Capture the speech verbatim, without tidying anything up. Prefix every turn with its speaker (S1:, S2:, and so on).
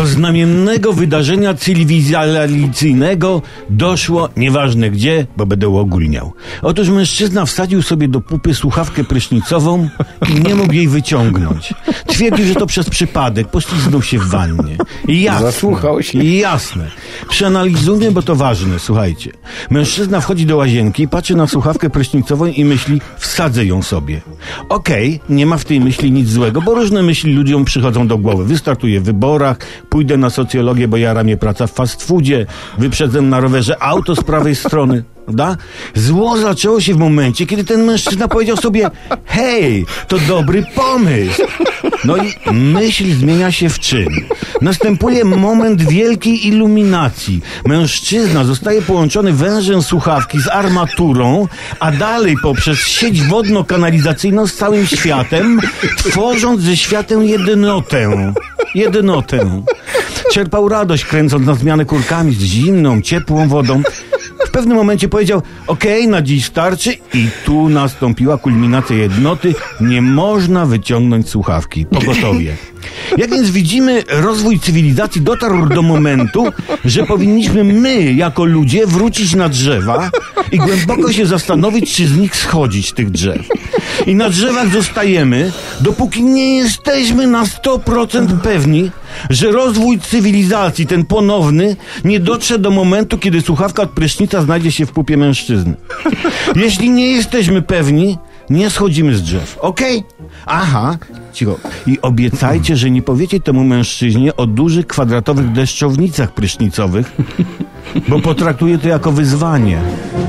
S1: Do znamiennego wydarzenia cywilizacyjnego doszło, nieważne gdzie, bo będę uogólniał. Otóż mężczyzna wsadził sobie do pupy słuchawkę prysznicową i nie mógł jej wyciągnąć. Twierdził, że to przez przypadek, poślizgnął się w wannie. I jasne,
S2: Zasłuchał się.
S1: I jasne. Przeanalizujmy, bo to ważne, słuchajcie. Mężczyzna wchodzi do łazienki, patrzy na słuchawkę prysznicową i myśli, wsadzę ją sobie. Okej, okay, nie ma w tej myśli nic złego, bo różne myśli ludziom przychodzą do głowy. Wystartuję w wyborach, pójdę na socjologię, bo jara mnie praca w fast foodzie, wyprzedzę na rowerze auto z prawej strony. Da? Zło zaczęło się w momencie, kiedy ten mężczyzna powiedział sobie, hej, to dobry pomysł. No i myśl zmienia się w czyn. Następuje moment wielkiej iluminacji. Mężczyzna zostaje połączony wężem słuchawki z armaturą, a dalej poprzez sieć wodno-kanalizacyjną z całym światem, tworząc ze światem jednotę. Jednotę. Czerpał radość, kręcąc na zmianę kurkami z zimną, ciepłą wodą. W pewnym momencie powiedział, okej, okay, na dziś starczy, i tu nastąpiła kulminacja jednoty. Nie można wyciągnąć słuchawki. Pogotowie. Jak więc widzimy, rozwój cywilizacji dotarł do momentu, że powinniśmy my, jako ludzie, wrócić na drzewa i głęboko się zastanowić, czy z nich schodzić, tych drzew. I na drzewach zostajemy, dopóki nie jesteśmy na sto procent pewni, że rozwój cywilizacji, ten ponowny, nie dotrze do momentu, kiedy słuchawka od prysznica znajdzie się w pupie mężczyzny. Jeśli nie jesteśmy pewni, nie schodzimy z drzew. Okej? Okay? Aha, cicho. I obiecajcie, że nie powiecie temu mężczyźnie o dużych kwadratowych deszczownicach prysznicowych, bo potraktuje to jako wyzwanie.